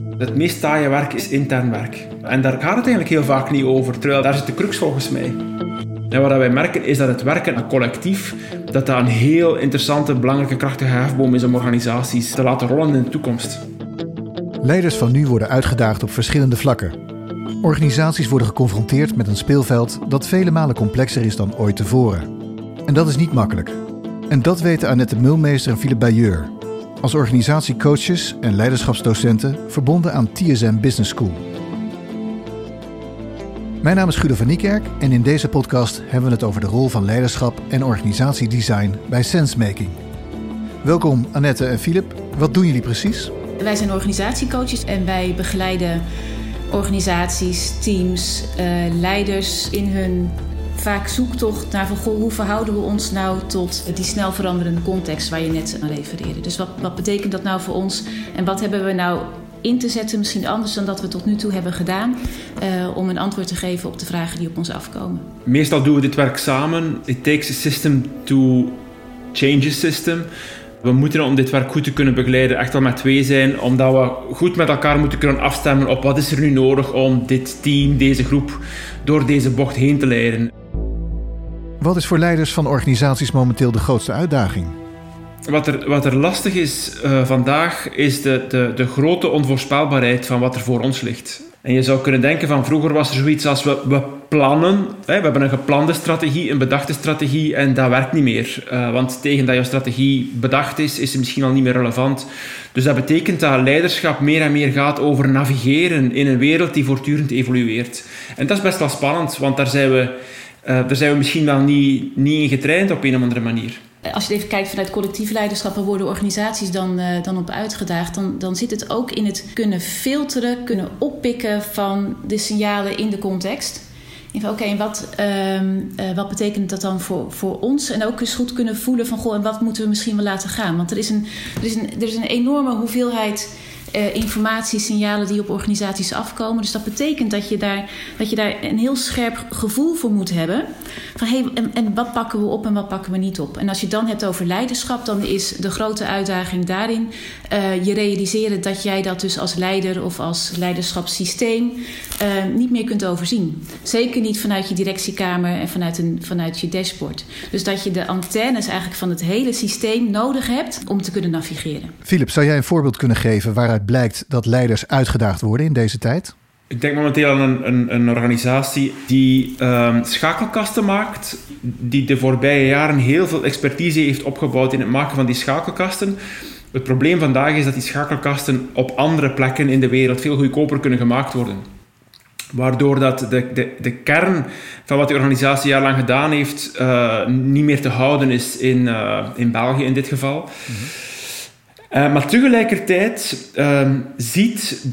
Het meest taaie werk is intern werk. En daar gaat het eigenlijk heel vaak niet over, terwijl daar zit de crux volgens mij. En wat wij merken is dat het werken aan collectief dat een heel interessante, belangrijke, krachtige hefboom is om organisaties te laten rollen in de toekomst. Leiders van nu worden uitgedaagd op verschillende vlakken. Organisaties worden geconfronteerd met een speelveld dat vele malen complexer is dan ooit tevoren. En dat is niet makkelijk. En dat weten Annette Mulmeester en Philippe Bayeur, als organisatiecoaches en leiderschapsdocenten verbonden aan TSM Business School. Mijn naam is Guido van Niekerk en in deze podcast hebben we het over de rol van leiderschap en organisatiedesign bij Sensemaking. Welkom Annette en Philippe. Wat doen jullie precies? Wij zijn organisatiecoaches en wij begeleiden organisaties, teams, leiders in hun vaak zoektocht naar van, hoe verhouden we ons nou tot die snel veranderende context waar je net aan refereerde. Dus wat betekent dat nou voor ons en wat hebben we nou in te zetten, misschien anders dan dat we tot nu toe hebben gedaan, om een antwoord te geven op de vragen die op ons afkomen. Meestal doen we dit werk samen. It takes a system to change a system. We moeten om dit werk goed te kunnen begeleiden echt wel met twee zijn, omdat we goed met elkaar moeten kunnen afstemmen op wat is er nu nodig om dit team, deze groep, door deze bocht heen te leiden. Wat is voor leiders van organisaties momenteel de grootste uitdaging? Wat er lastig is vandaag is de grote onvoorspelbaarheid van wat er voor ons ligt. En je zou kunnen denken van vroeger was er zoiets als we plannen. We hebben een geplande strategie, een bedachte strategie en dat werkt niet meer. Want tegen dat jouw strategie bedacht is ze misschien al niet meer relevant. Dus dat betekent dat leiderschap meer en meer gaat over navigeren in een wereld die voortdurend evolueert. En dat is best wel spannend, want daar zijn we misschien wel niet in getraind op een of andere manier. Als je even kijkt vanuit collectief leiderschap, waar worden organisaties dan op uitgedaagd, dan zit het ook in het kunnen filteren, kunnen oppikken van de signalen in de context. En wat betekent dat dan voor ons? En ook eens goed kunnen voelen van, en wat moeten we misschien wel laten gaan? Want er is een enorme hoeveelheid informatie, signalen die op organisaties afkomen. Dus dat betekent dat je daar een heel scherp gevoel voor moet hebben. Van en wat pakken we op en wat pakken we niet op? En als je het dan hebt over leiderschap, dan is de grote uitdaging daarin je realiseren dat jij dat dus als leider of als leiderschapssysteem niet meer kunt overzien. Zeker niet vanuit je directiekamer en vanuit je dashboard. Dus dat je de antennes eigenlijk van het hele systeem nodig hebt om te kunnen navigeren. Philippe, zou jij een voorbeeld kunnen geven waaruit blijkt dat leiders uitgedaagd worden in deze tijd? Ik denk momenteel aan een organisatie die schakelkasten maakt, die de voorbije jaren heel veel expertise heeft opgebouwd in het maken van die schakelkasten. Het probleem vandaag is dat die schakelkasten op andere plekken in de wereld veel goedkoper kunnen gemaakt worden. Waardoor dat de kern van wat die organisatie jarenlang gedaan heeft niet meer te houden is in België in dit geval. Mm-hmm. Maar tegelijkertijd ziet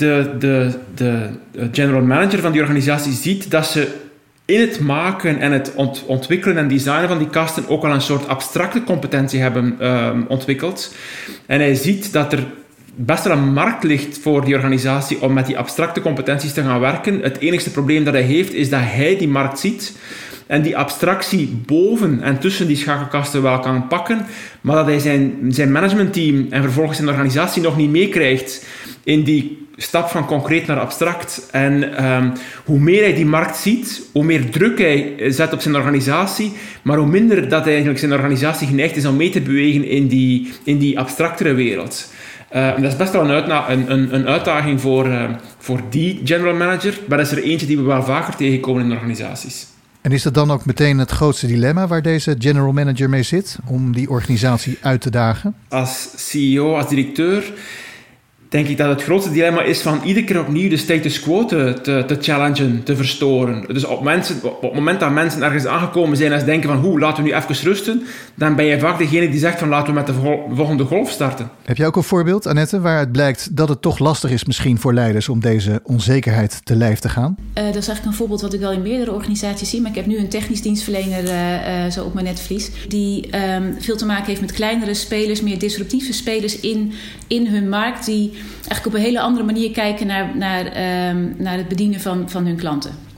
de general manager van die organisatie dat ze in het maken en het ontwikkelen en designen van die kasten ook al een soort abstracte competentie hebben ontwikkeld. En hij ziet dat er best wel een markt ligt voor die organisatie om met die abstracte competenties te gaan werken. Het enigste probleem dat hij heeft is dat hij die markt ziet en die abstractie boven en tussen die schakelkasten wel kan pakken, maar dat hij zijn managementteam en vervolgens zijn organisatie nog niet meekrijgt in die stap van concreet naar abstract. En hoe meer hij die markt ziet, hoe meer druk hij zet op zijn organisatie, maar hoe minder dat hij eigenlijk zijn organisatie geneigd is om mee te bewegen in die abstractere wereld. En dat is best wel een uitdaging voor die general manager, maar dat is er eentje die we wel vaker tegenkomen in organisaties. En is dat dan ook meteen het grootste dilemma waar deze general manager mee zit, om die organisatie uit te dagen? Als CEO, als directeur, denk ik dat het grootste dilemma is van iedere keer opnieuw de status quo te challengen, te verstoren. Dus op het moment dat mensen ergens aangekomen zijn en ze denken van laten we nu even rusten, dan ben je vaak degene die zegt van laten we met de volgende golf starten. Heb jij ook een voorbeeld, Annette, waaruit blijkt dat het toch lastig is misschien voor leiders om deze onzekerheid te lijf te gaan? Dat is eigenlijk een voorbeeld wat ik wel in meerdere organisaties zie, maar ik heb nu een technisch dienstverlener zo op mijn netvlies, die veel te maken heeft met kleinere spelers, meer disruptieve spelers in hun markt, die eigenlijk op een hele andere manier kijken naar het bedienen van hun klanten.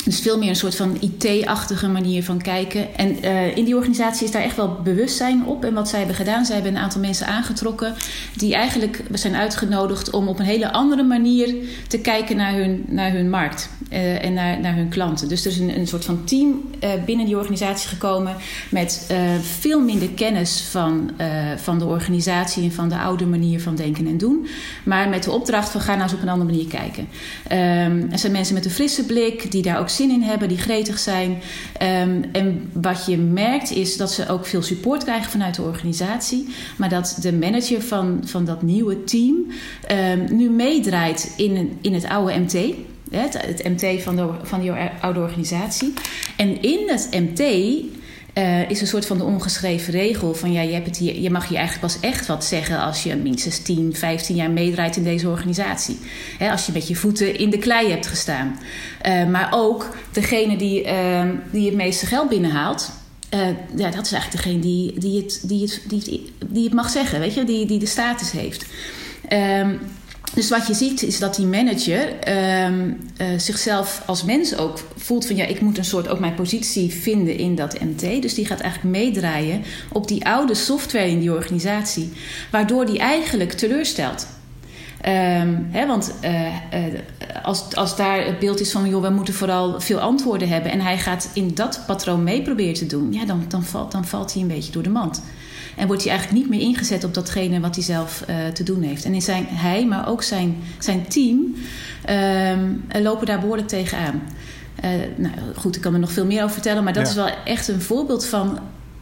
Dus veel meer een soort van IT-achtige manier van kijken. En in die organisatie is daar echt wel bewustzijn op. En wat zij hebben gedaan, zij hebben een aantal mensen aangetrokken die eigenlijk zijn uitgenodigd om op een hele andere manier te kijken naar hun markt en naar hun klanten. Dus er is een soort van team binnen die organisatie gekomen met veel minder kennis van de organisatie en van de oude manier van denken en doen. Maar met de opdracht van ga nou eens op een andere manier kijken. Er zijn mensen met een frisse blik die daar ook zin in hebben, die gretig zijn. En wat je merkt is dat ze ook veel support krijgen vanuit de organisatie. Maar dat de manager van dat nieuwe team nu meedraait in het oude MT. Het MT van die oude organisatie. En in het MT is een soort van de ongeschreven regel van je mag hier eigenlijk pas echt wat zeggen als je minstens 10, 15 jaar meedraait in deze organisatie. Als je met je voeten in de klei hebt gestaan. Maar ook degene die het meeste geld binnenhaalt. Dat is eigenlijk degene die het mag zeggen, weet je, die de status heeft. Dus wat je ziet is dat die manager zichzelf als mens ook voelt van ik moet een soort ook mijn positie vinden in dat MT. Dus die gaat eigenlijk meedraaien op die oude software in die organisatie. Waardoor die eigenlijk teleurstelt. Want als daar het beeld is van we moeten vooral veel antwoorden hebben en hij gaat in dat patroon mee proberen te doen, dan valt hij een beetje door de mand. En wordt hij eigenlijk niet meer ingezet op datgene wat hij zelf te doen heeft. En hij, maar ook zijn team lopen daar behoorlijk tegenaan. Goed, ik kan er nog veel meer over vertellen, maar dat is wel echt een voorbeeld van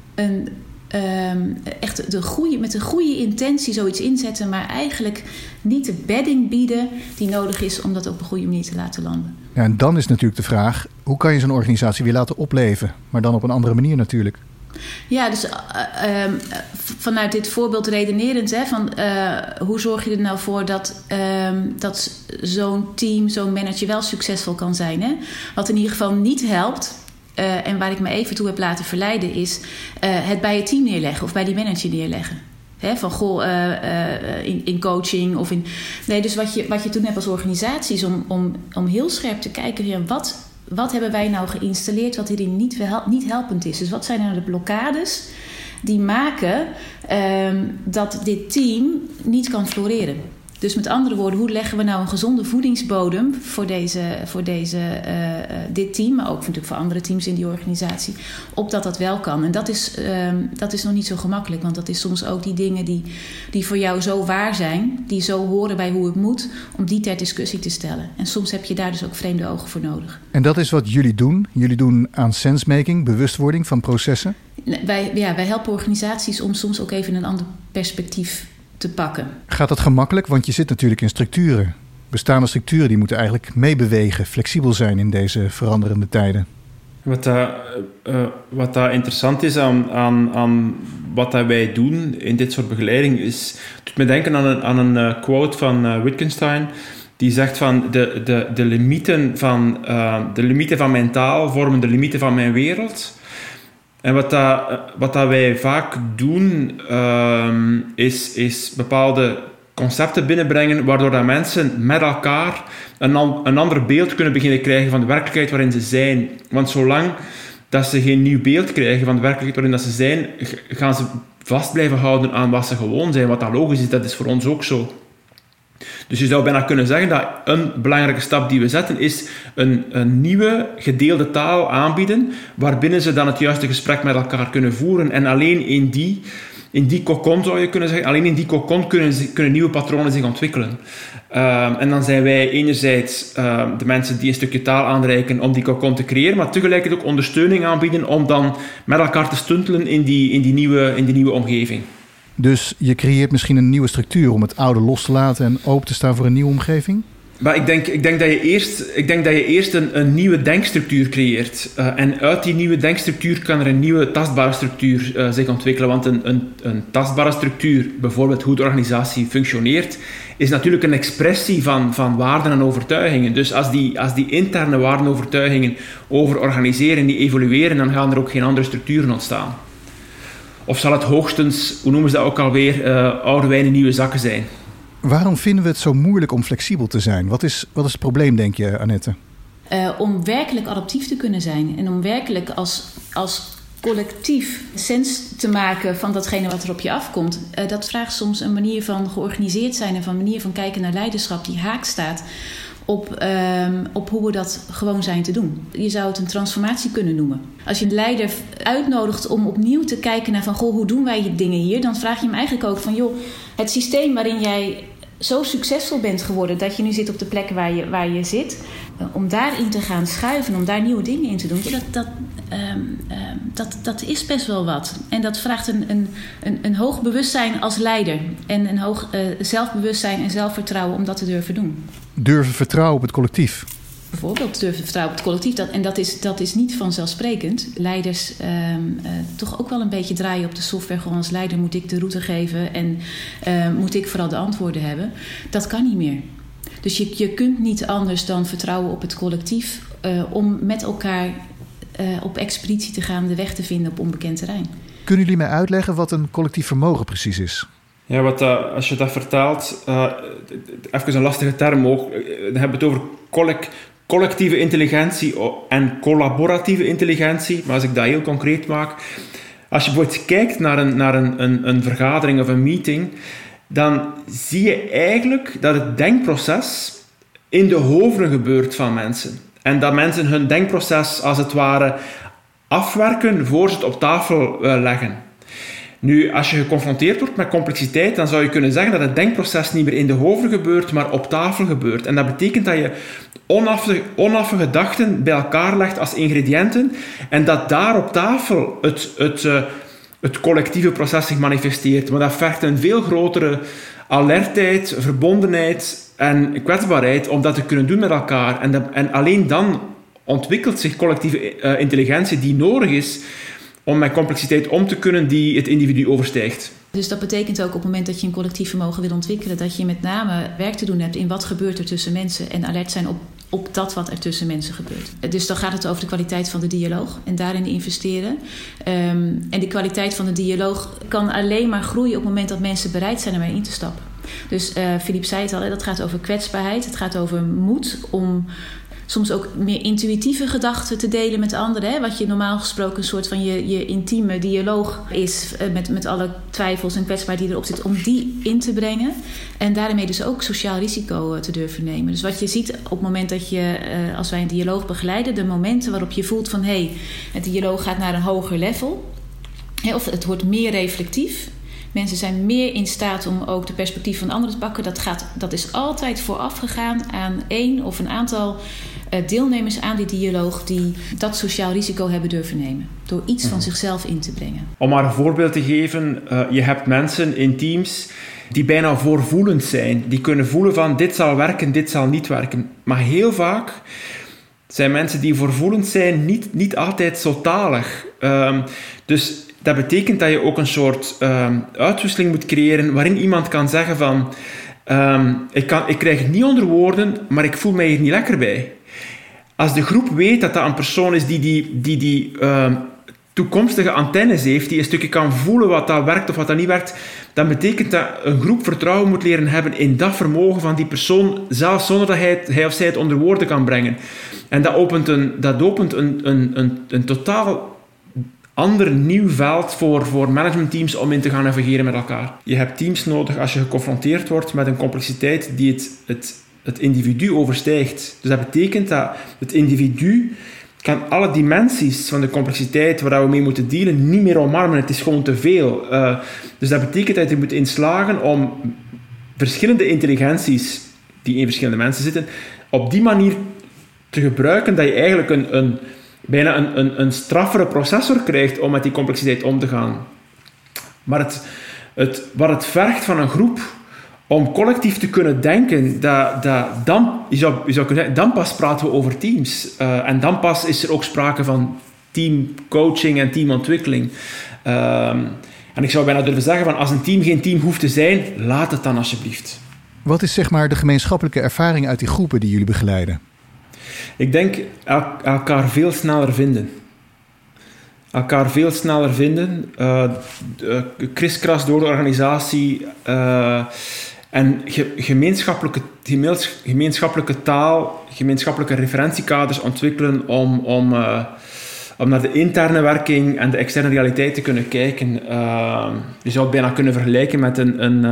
echt met een goede intentie zoiets inzetten, maar eigenlijk niet de bedding bieden die nodig is om dat op een goede manier te laten landen. Ja, en dan is natuurlijk de vraag, hoe kan je zo'n organisatie weer laten opleven? Maar dan op een andere manier natuurlijk. Ja, dus vanuit dit voorbeeld redenerend, hoe zorg je er nou voor dat zo'n team, zo'n manager wel succesvol kan zijn? Hè? Wat in ieder geval niet helpt, en waar ik me even toe heb laten verleiden, is het bij het team neerleggen of bij die manager neerleggen. Van in coaching of in. Nee, dus wat je toen hebt als organisatie is om heel scherp te kijken, wat hebben wij nou geïnstalleerd wat hierin niet helpend is? Dus wat zijn nou de blokkades die maken dat dit team niet kan floreren? Dus met andere woorden, hoe leggen we nou een gezonde voedingsbodem voor dit team, maar ook natuurlijk voor andere teams in die organisatie, opdat dat wel kan. En dat is nog niet zo gemakkelijk, want dat is soms ook die dingen die voor jou zo waar zijn, die zo horen bij hoe het moet, om die ter discussie te stellen. En soms heb je daar dus ook vreemde ogen voor nodig. En dat is wat jullie doen? Jullie doen aan sensemaking, bewustwording van processen? Wij helpen organisaties om soms ook even een ander perspectief te pakken. Gaat dat gemakkelijk? Want je zit natuurlijk in structuren. Bestaande structuren die moeten eigenlijk meebewegen, flexibel zijn in deze veranderende tijden. Wat dat interessant is aan wat dat wij doen in dit soort begeleiding is, doet me denken aan een quote van Wittgenstein. Die zegt van de limieten van mijn taal vormen de limieten van mijn wereld. En wat dat wij vaak doen, is bepaalde concepten binnenbrengen, waardoor dat mensen met elkaar een ander beeld kunnen beginnen krijgen van de werkelijkheid waarin ze zijn. Want zolang dat ze geen nieuw beeld krijgen van de werkelijkheid waarin dat ze zijn, gaan ze vast blijven houden aan wat ze gewoon zijn. Wat dat logisch is, dat is voor ons ook zo. Dus je zou bijna kunnen zeggen dat een belangrijke stap die we zetten is een nieuwe gedeelde taal aanbieden, waarbinnen ze dan het juiste gesprek met elkaar kunnen voeren. En alleen in die cocon zou je kunnen zeggen, alleen in die cocon kunnen nieuwe patronen zich ontwikkelen. En dan zijn wij enerzijds de mensen die een stukje taal aanreiken om die cocon te creëren, maar tegelijkertijd ook ondersteuning aanbieden om dan met elkaar te stuntelen in die nieuwe omgeving. Dus je creëert misschien een nieuwe structuur om het oude los te laten en open te staan voor een nieuwe omgeving? Maar ik denk dat je eerst een nieuwe denkstructuur creëert. En uit die nieuwe denkstructuur kan er een nieuwe tastbare structuur zich ontwikkelen. Want een tastbare structuur, bijvoorbeeld hoe de organisatie functioneert, is natuurlijk een expressie van waarden en overtuigingen. Dus als die interne waarden en overtuigingen over organiseren, die evolueren, dan gaan er ook geen andere structuren ontstaan. Of zal het hoogstens, hoe noemen ze dat ook alweer, oude wijn in nieuwe zakken zijn? Waarom vinden we het zo moeilijk om flexibel te zijn? Wat is het probleem, denk je, Annette? om werkelijk adaptief te kunnen zijn. En om werkelijk als collectief sens te maken van datgene wat er op je afkomt. Dat vraagt soms een manier van georganiseerd zijn en van een manier van kijken naar leiderschap die haak staat op hoe we dat gewoon zijn te doen. Je zou het een transformatie kunnen noemen. Als je een leider uitnodigt om opnieuw te kijken naar van hoe doen wij dingen hier, dan vraag je hem eigenlijk ook van het systeem waarin jij zo succesvol bent geworden dat je nu zit op de plek waar je zit, om daarin te gaan schuiven, om daar nieuwe dingen in te doen, dat is best wel wat. En dat vraagt een hoog bewustzijn als leider en een hoog zelfbewustzijn en zelfvertrouwen om dat te durven doen. Durven vertrouwen op het collectief. Bijvoorbeeld durven vertrouwen op het collectief. Dat is niet vanzelfsprekend. Leiders toch ook wel een beetje draaien op de software. Gewoon als leider moet ik de route geven en moet ik vooral de antwoorden hebben. Dat kan niet meer. Dus je kunt niet anders dan vertrouwen op het collectief om met elkaar op expeditie te gaan, de weg te vinden op onbekend terrein. Kunnen jullie mij uitleggen wat een collectief vermogen precies is? Ja, als je dat vertaalt, even een lastige term ook, dan hebben we het over collectieve intelligentie en collaboratieve intelligentie. Maar als ik dat heel concreet maak, als je bijvoorbeeld kijkt naar een vergadering of een meeting, dan zie je eigenlijk dat het denkproces in de hoofden gebeurt van mensen. En dat mensen hun denkproces als het ware afwerken voor ze het op tafel leggen. Nu, als je geconfronteerd wordt met complexiteit, dan zou je kunnen zeggen dat het denkproces niet meer in de hoofden gebeurt, maar op tafel gebeurt. En dat betekent dat je onaffe gedachten bij elkaar legt als ingrediënten en dat daar op tafel het collectieve proces zich manifesteert. Maar dat vergt een veel grotere alertheid, verbondenheid en kwetsbaarheid om dat te kunnen doen met elkaar. En alleen dan ontwikkelt zich collectieve intelligentie die nodig is om met complexiteit om te kunnen die het individu overstijgt. Dus dat betekent ook op het moment dat je een collectief vermogen wil ontwikkelen, dat je met name werk te doen hebt in wat gebeurt er tussen mensen en alert zijn op dat wat er tussen mensen gebeurt. Dus dan gaat het over de kwaliteit van de dialoog en daarin investeren. En die kwaliteit van de dialoog kan alleen maar groeien op het moment dat mensen bereid zijn ermee in te stappen. Dus Philippe zei het al, dat gaat over kwetsbaarheid, het gaat over moed om soms ook meer intuïtieve gedachten te delen met anderen. Hè? Wat je normaal gesproken een soort van je intieme dialoog is met alle twijfels en kwetsbaarheid die erop zit, om die in te brengen. En daarmee dus ook sociaal risico te durven nemen. Dus wat je ziet op het moment dat je, als wij een dialoog begeleiden, de momenten waarop je voelt van het dialoog gaat naar een hoger level. Of het wordt meer reflectief. Mensen zijn meer in staat om ook de perspectief van anderen te pakken. Dat is altijd vooraf gegaan aan één of een aantal deelnemers aan die dialoog die dat sociaal risico hebben durven nemen. Door iets van zichzelf in te brengen. Om maar een voorbeeld te geven, je hebt mensen in teams die bijna voorvoelend zijn. Die kunnen voelen van dit zal werken, dit zal niet werken. Maar heel vaak zijn mensen die voorvoelend zijn niet altijd zo talig. Dus dat betekent dat je ook een soort uitwisseling moet creëren waarin iemand kan zeggen van ik krijg het niet onder woorden, maar ik voel mij hier niet lekker bij. Als de groep weet dat dat een persoon is die toekomstige antennes heeft, die een stukje kan voelen wat dat werkt of wat dat niet werkt, dan betekent dat een groep vertrouwen moet leren hebben in dat vermogen van die persoon, zelfs zonder dat hij of zij het onder woorden kan brengen. En dat opent een totaal ander nieuw veld voor managementteams om in te gaan navigeren met elkaar. Je hebt teams nodig als je geconfronteerd wordt met een complexiteit die het individu overstijgt. Dus dat betekent dat het individu kan alle dimensies van de complexiteit waar we mee moeten dealen niet meer omarmen. Het is gewoon te veel. Dus dat betekent dat je moet inslagen om verschillende intelligenties die in verschillende mensen zitten, op die manier te gebruiken dat je eigenlijk bijna een straffere processor krijgt om met die complexiteit om te gaan. Maar wat het vergt van een groep om collectief te kunnen denken, dan, je zou kunnen zeggen, dan pas praten we over teams. En dan pas is er ook sprake van teamcoaching en teamontwikkeling. En ik zou bijna durven zeggen, van als een team geen team hoeft te zijn, laat het dan alsjeblieft. Wat is zeg maar de gemeenschappelijke ervaring uit die groepen die jullie begeleiden? Ik denk elkaar veel sneller vinden. Elkaar veel sneller vinden. Kriskras door de organisatie. En gemeenschappelijke taal, gemeenschappelijke referentiekaders ontwikkelen om naar de interne werking en de externe realiteit te kunnen kijken. Je zou het bijna kunnen vergelijken met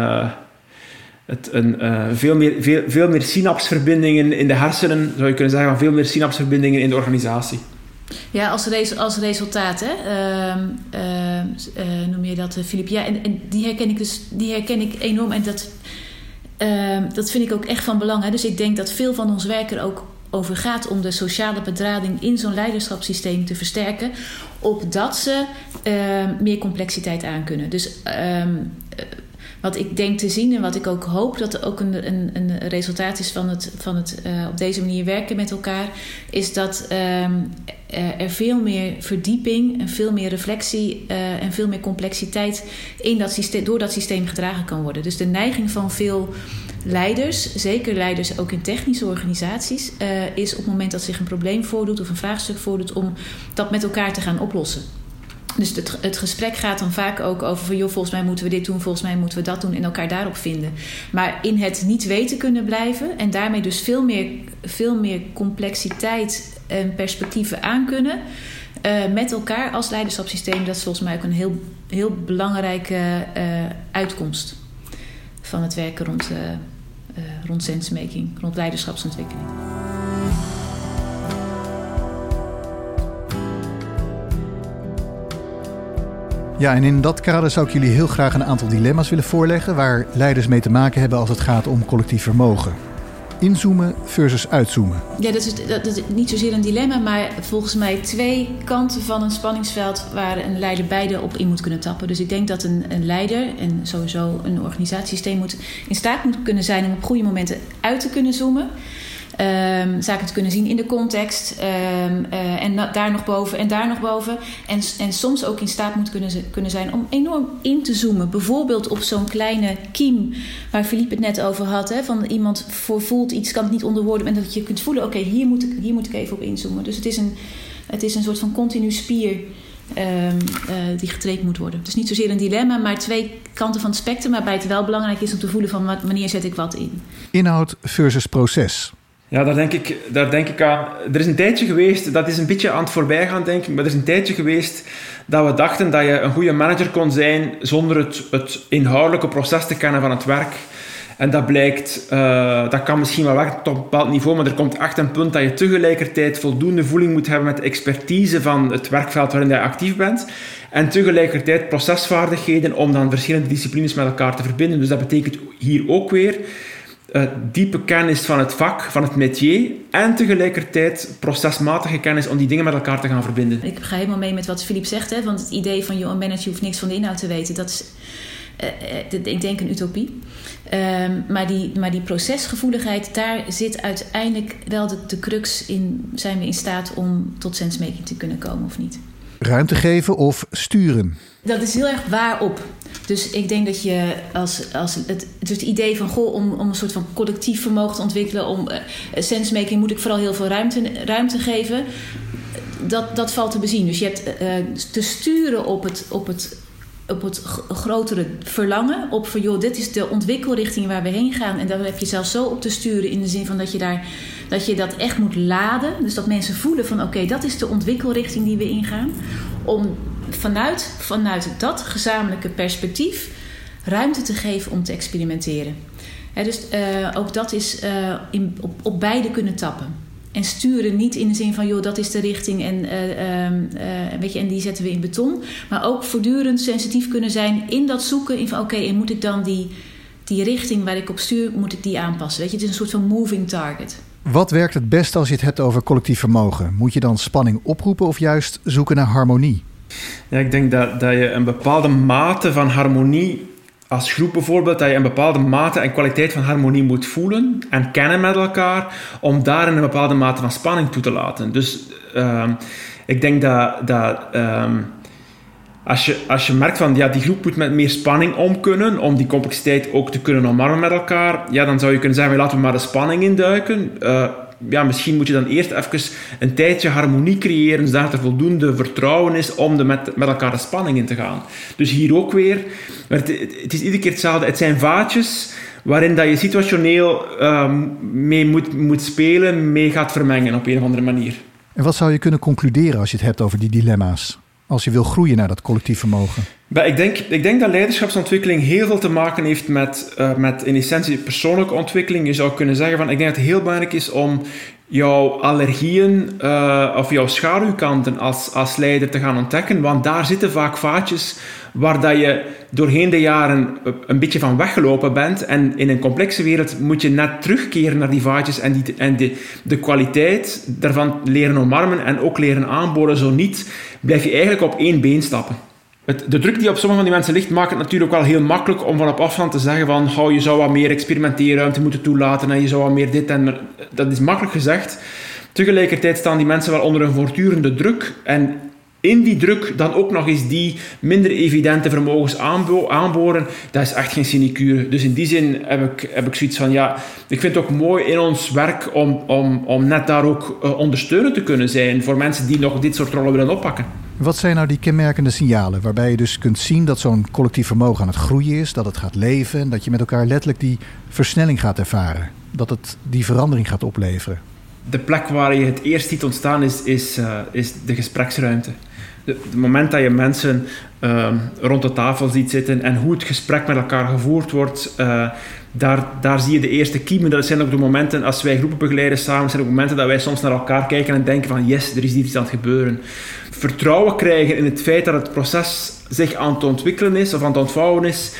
veel meer synapsverbindingen in de hersenen, zou je kunnen zeggen, van veel meer synapsverbindingen in de organisatie. Ja, als resultaat, hè? Noem je dat, Filip? Ja, en die herken ik enorm. En dat vind ik ook echt van belang. Hè? Dus ik denk dat veel van ons werk er ook over gaat om de sociale bedrading in zo'n leiderschapssysteem te versterken, opdat ze meer complexiteit aankunnen. Dus wat ik denk te zien en wat ik ook hoop dat er ook een resultaat is van het op deze manier werken met elkaar, is dat er veel meer verdieping en veel meer reflectie en veel meer complexiteit in dat systeem, door dat systeem gedragen kan worden. Dus de neiging van veel leiders, zeker leiders ook in technische organisaties, is op het moment dat zich een probleem voordoet of een vraagstuk voordoet, om dat met elkaar te gaan oplossen. Dus het gesprek gaat dan vaak ook over van, joh, volgens mij moeten we dit doen, volgens mij moeten we dat doen en elkaar daarop vinden. Maar in het niet weten kunnen blijven en daarmee dus veel meer complexiteit en perspectieven aankunnen met elkaar als leiderschapssysteem, dat is volgens mij ook een heel, heel belangrijke uitkomst van het werken rond sensemaking, rond leiderschapsontwikkeling. Ja, en in dat kader zou ik jullie heel graag een aantal dilemma's willen voorleggen waar leiders mee te maken hebben als het gaat om collectief vermogen. Inzoomen versus uitzoomen. Ja, dat is niet zozeer een dilemma, maar volgens mij 2 kanten van een spanningsveld waar een leider beide op in moet kunnen tappen. Dus ik denk dat een leider en sowieso een organisatiesysteem in staat moet kunnen zijn om op goede momenten uit te kunnen zoomen. Zaken te kunnen zien in de context en daar nog boven en daar nog boven. En soms ook in staat moet kunnen zijn om enorm in te zoomen. Bijvoorbeeld op zo'n kleine kiem waar Filip het net over had. Hè, van iemand voelt iets, kan het niet onder woorden. En dat je kunt voelen, oké, hier moet ik even op inzoomen. Dus het is een soort van continu spier die getraind moet worden. Dus niet zozeer een dilemma, maar 2 kanten van het spectrum, waarbij het wel belangrijk is om te voelen van wanneer zet ik wat in. Inhoud versus proces. Ja, daar denk ik aan. Er is een tijdje geweest, dat is een beetje aan het voorbijgaan, denk ik, maar er is een tijdje geweest dat we dachten dat je een goede manager kon zijn zonder het inhoudelijke proces te kennen van het werk. En dat blijkt, dat kan misschien wel werken tot een bepaald niveau, maar er komt echt een punt dat je tegelijkertijd voldoende voeling moet hebben met de expertise van het werkveld waarin je actief bent. En tegelijkertijd procesvaardigheden om dan verschillende disciplines met elkaar te verbinden. Dus dat betekent hier ook weer diepe kennis van het vak, van het métier en tegelijkertijd procesmatige kennis om die dingen met elkaar te gaan verbinden. Ik ga helemaal mee met wat Filip zegt, hè, want het idee van een manager hoeft niks van de inhoud te weten, dat is ik denk een utopie. Maar die procesgevoeligheid, daar zit uiteindelijk wel de crux in. Zijn we in staat om tot sensemaking te kunnen komen of niet? Ruimte geven of sturen? Dat is heel erg waarop. Dus ik denk dat je dus het idee van om een soort van collectief vermogen te ontwikkelen, om sensemaking moet ik vooral heel veel ruimte geven. Dat valt te bezien. Dus je hebt te sturen op het grotere verlangen. Op van, joh, dit is de ontwikkelrichting waar we heen gaan. En daar heb je zelfs zo op te sturen in de zin van dat je dat echt moet laden. Dus dat mensen voelen van oké, dat is de ontwikkelrichting die we ingaan. Om vanuit dat gezamenlijke perspectief ruimte te geven om te experimenteren. Dus ook dat is op beide kunnen tappen. En sturen niet in de zin van, joh, dat is de richting en die zetten we in beton. Maar ook voortdurend sensitief kunnen zijn in dat zoeken. In van, oké, en moet ik dan die richting waar ik op stuur, moet ik die aanpassen? Weet je, het is een soort van moving target. Wat werkt het best als je het hebt over collectief vermogen? Moet je dan spanning oproepen of juist zoeken naar harmonie? Ja, ik denk dat je een bepaalde mate van harmonie, als groep bijvoorbeeld, dat je een bepaalde mate en kwaliteit van harmonie moet voelen en kennen met elkaar, om daarin een bepaalde mate van spanning toe te laten. Dus ik denk dat als je merkt van die groep moet met meer spanning om kunnen, om die complexiteit ook te kunnen omarmen met elkaar, ja, dan zou je kunnen zeggen, laten we maar de spanning induiken. Misschien moet je dan eerst even een tijdje harmonie creëren, zodat er voldoende vertrouwen is om met elkaar de spanning in te gaan. Dus hier ook weer, het is iedere keer hetzelfde. Het zijn vaatjes waarin dat je situationeel mee moet spelen, mee gaat vermengen op een of andere manier. En wat zou je kunnen concluderen als je het hebt over die dilemma's? Als je wil groeien naar dat collectief vermogen? Ik denk dat leiderschapsontwikkeling heel veel te maken heeft met in essentie persoonlijke ontwikkeling. Je zou kunnen zeggen van, ik denk dat het heel belangrijk is om jouw allergieën of jouw schaduwkanten als leider te gaan ontdekken. Want daar zitten vaak vaatjes waar dat je doorheen de jaren een beetje van weggelopen bent. En in een complexe wereld moet je net terugkeren naar die vaatjes en de kwaliteit daarvan leren omarmen en ook leren aanboren. Zo niet, blijf je eigenlijk op één been stappen. De druk die op sommige van die mensen ligt, maakt het natuurlijk wel heel makkelijk om van op afstand te zeggen van je zou wat meer experimenteerruimte moeten toelaten en je zou wat meer dit en dat is makkelijk gezegd. Tegelijkertijd staan die mensen wel onder een voortdurende druk en in die druk dan ook nog eens die minder evidente vermogens aanboren, dat is echt geen sinecure. Dus in die zin heb ik zoiets van, ik vind het ook mooi in ons werk om net daar ook ondersteunend te kunnen zijn voor mensen die nog dit soort rollen willen oppakken. Wat zijn nou die kenmerkende signalen waarbij je dus kunt zien dat zo'n collectief vermogen aan het groeien is, dat het gaat leven en dat je met elkaar letterlijk die versnelling gaat ervaren, dat het die verandering gaat opleveren? De plek waar je het eerst ziet ontstaan is de gespreksruimte. Het moment dat je mensen rond de tafel ziet zitten en hoe het gesprek met elkaar gevoerd wordt, daar zie je de eerste kiemen. Dat zijn ook de momenten, als wij groepen begeleiden samen, zijn ook momenten dat wij soms naar elkaar kijken en denken van yes, er is iets aan het gebeuren. Vertrouwen krijgen in het feit dat het proces zich aan het ontwikkelen is of aan het ontvouwen is,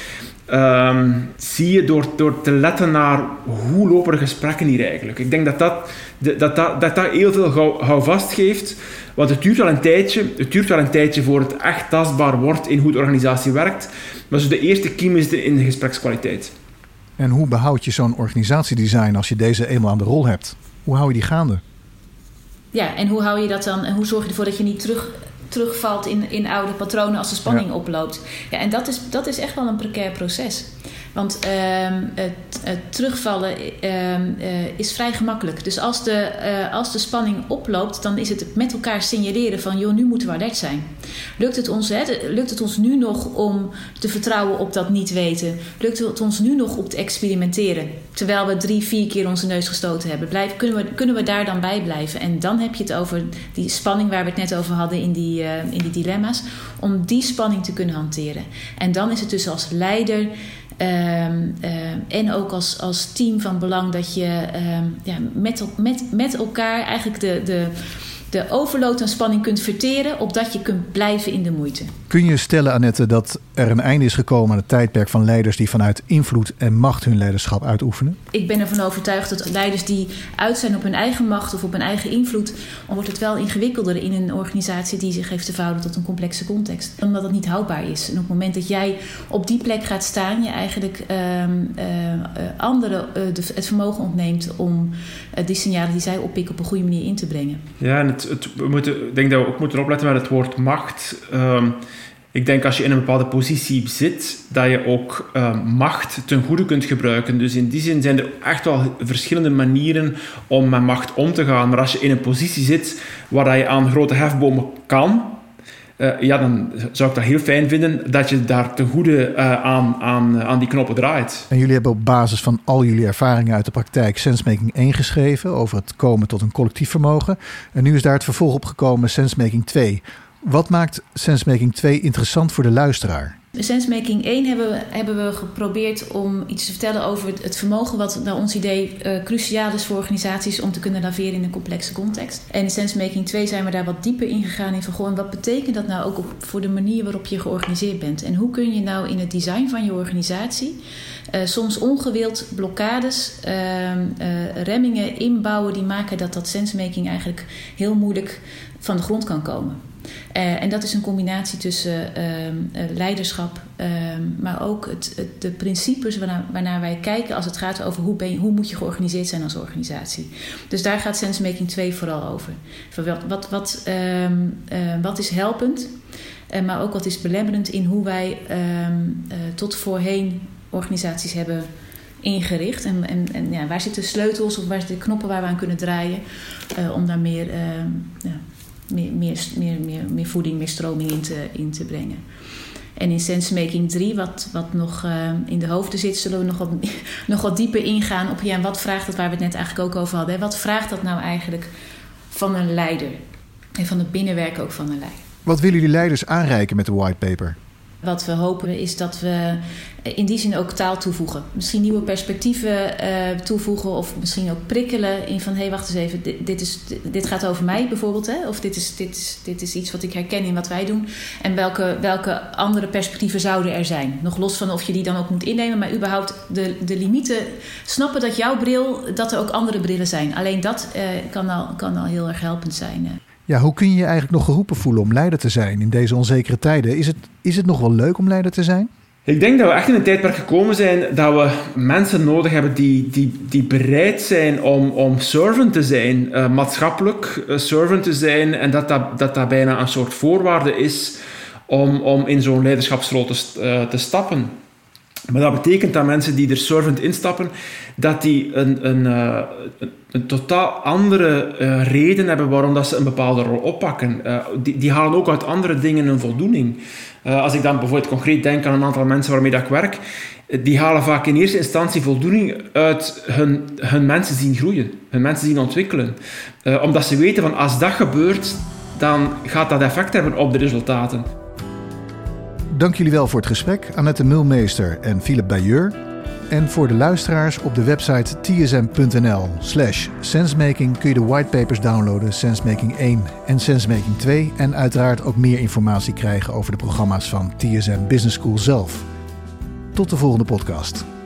zie je door te letten naar hoe lopen de gesprekken hier eigenlijk. Ik denk dat heel veel houvast geeft, want het duurt wel een tijdje voor het echt tastbaar wordt in hoe de organisatie werkt, maar zo de eerste kiem is in de gesprekskwaliteit. En hoe behoud je zo'n organisatiedesign als je deze eenmaal aan de rol hebt? Hoe hou je die gaande? Ja, en hoe hou je dat dan? En hoe zorg je ervoor dat je niet terugvalt in oude patronen als de spanning oploopt? Ja, en dat is echt wel een precair proces. Want het terugvallen is vrij gemakkelijk. Dus als de spanning oploopt, dan is het met elkaar signaleren van nu moeten we alert zijn. Lukt het ons nu nog om te vertrouwen op dat niet weten? Lukt het ons nu nog om te experimenteren? Terwijl we 3-4 keer onze neus gestoten hebben. Kunnen we daar dan bij blijven? En dan heb je het over die spanning waar we het net over hadden in die dilemma's. Om die spanning te kunnen hanteren. En dan is het dus als leider en ook als team van belang dat je met elkaar eigenlijk de overload aan spanning kunt verteren, opdat je kunt blijven in de moeite. Kun je stellen, Annette, dat er een einde is gekomen aan het tijdperk van leiders die vanuit invloed en macht hun leiderschap uitoefenen? Ik ben ervan overtuigd dat leiders die uit zijn op hun eigen macht of op hun eigen invloed, dan wordt het wel ingewikkelder in een organisatie die zich heeft te vouwen tot een complexe context. Omdat het niet houdbaar is. En op het moment dat jij op die plek gaat staan, je eigenlijk anderen het vermogen ontneemt om die signalen die zij oppikken op een goede manier in te brengen. Ja, en ik denk dat we ook moeten opletten met het woord macht. Ik denk als je in een bepaalde positie zit, dat je ook macht ten goede kunt gebruiken. Dus in die zin zijn er echt wel verschillende manieren om met macht om te gaan. Maar als je in een positie zit waar je aan grote hefbomen kan, dan zou ik dat heel fijn vinden dat je daar ten goede aan die knoppen draait. En jullie hebben op basis van al jullie ervaringen uit de praktijk Sensemaking 1 geschreven over het komen tot een collectief vermogen. En nu is daar het vervolg op gekomen, Sensemaking 2. Wat maakt Sensemaking 2 interessant voor de luisteraar? Sensemaking 1 hebben we geprobeerd om iets te vertellen over het vermogen wat naar ons idee cruciaal is voor organisaties om te kunnen laveren in een complexe context. En in Sensemaking 2 zijn we daar wat dieper in gegaan in van wat betekent dat nou ook voor de manier waarop je georganiseerd bent? En hoe kun je nou in het design van je organisatie soms ongewild blokkades, remmingen inbouwen die maken dat sensemaking eigenlijk heel moeilijk van de grond kan komen. En dat is een combinatie tussen leiderschap, maar ook de principes waarnaar wij kijken als het gaat over hoe moet je georganiseerd zijn als organisatie. Dus daar gaat Sensemaking 2 vooral over. Wat is helpend, maar ook wat is belemmerend in hoe wij tot voorheen organisaties hebben ingericht. En waar zitten sleutels of waar zitten knoppen waar we aan kunnen draaien om daar meer voeding, meer stroming in te brengen. En in Sensemaking 3, wat nog in de hoofden zit, zullen we nog wat dieper ingaan op en wat vraagt dat, waar we het net eigenlijk ook over hadden. Hè? Wat vraagt dat nou eigenlijk van een leider? En van het binnenwerk ook van een leider. Wat willen jullie leiders aanreiken met de whitepaper? Wat we hopen is dat we in die zin ook taal toevoegen. Misschien nieuwe perspectieven toevoegen of misschien ook prikkelen in van wacht eens even, dit gaat over mij bijvoorbeeld. Hè? Of dit is iets wat ik herken in wat wij doen. En welke andere perspectieven zouden er zijn? Nog los van of je die dan ook moet innemen, maar überhaupt de limieten. Snappen dat jouw bril, dat er ook andere brillen zijn. Alleen dat kan al heel erg helpend zijn. Ja, hoe kun je je eigenlijk nog geroepen voelen om leider te zijn in deze onzekere tijden? Is het nog wel leuk om leider te zijn? Ik denk dat we echt in een tijdperk gekomen zijn dat we mensen nodig hebben die bereid zijn om servant te zijn, maatschappelijk servant te zijn, en dat bijna een soort voorwaarde is om in zo'n leiderschapsrol te stappen. Maar dat betekent dat mensen die er servant instappen, dat die een totaal andere reden hebben waarom dat ze een bepaalde rol oppakken. Die halen ook uit andere dingen een voldoening. Als ik dan bijvoorbeeld concreet denk aan een aantal mensen waarmee dat ik werk, die halen vaak in eerste instantie voldoening uit hun mensen zien groeien, hun mensen zien ontwikkelen. Omdat ze weten van als dat gebeurt, dan gaat dat effect hebben op de resultaten. Dank jullie wel voor het gesprek, Annette Mulmeester en Philip Bayeur. En voor de luisteraars, op de website tsm.nl/sensemaking kun je de whitepapers downloaden, Sensemaking 1 en Sensemaking 2. En uiteraard ook meer informatie krijgen over de programma's van TSM Business School zelf. Tot de volgende podcast.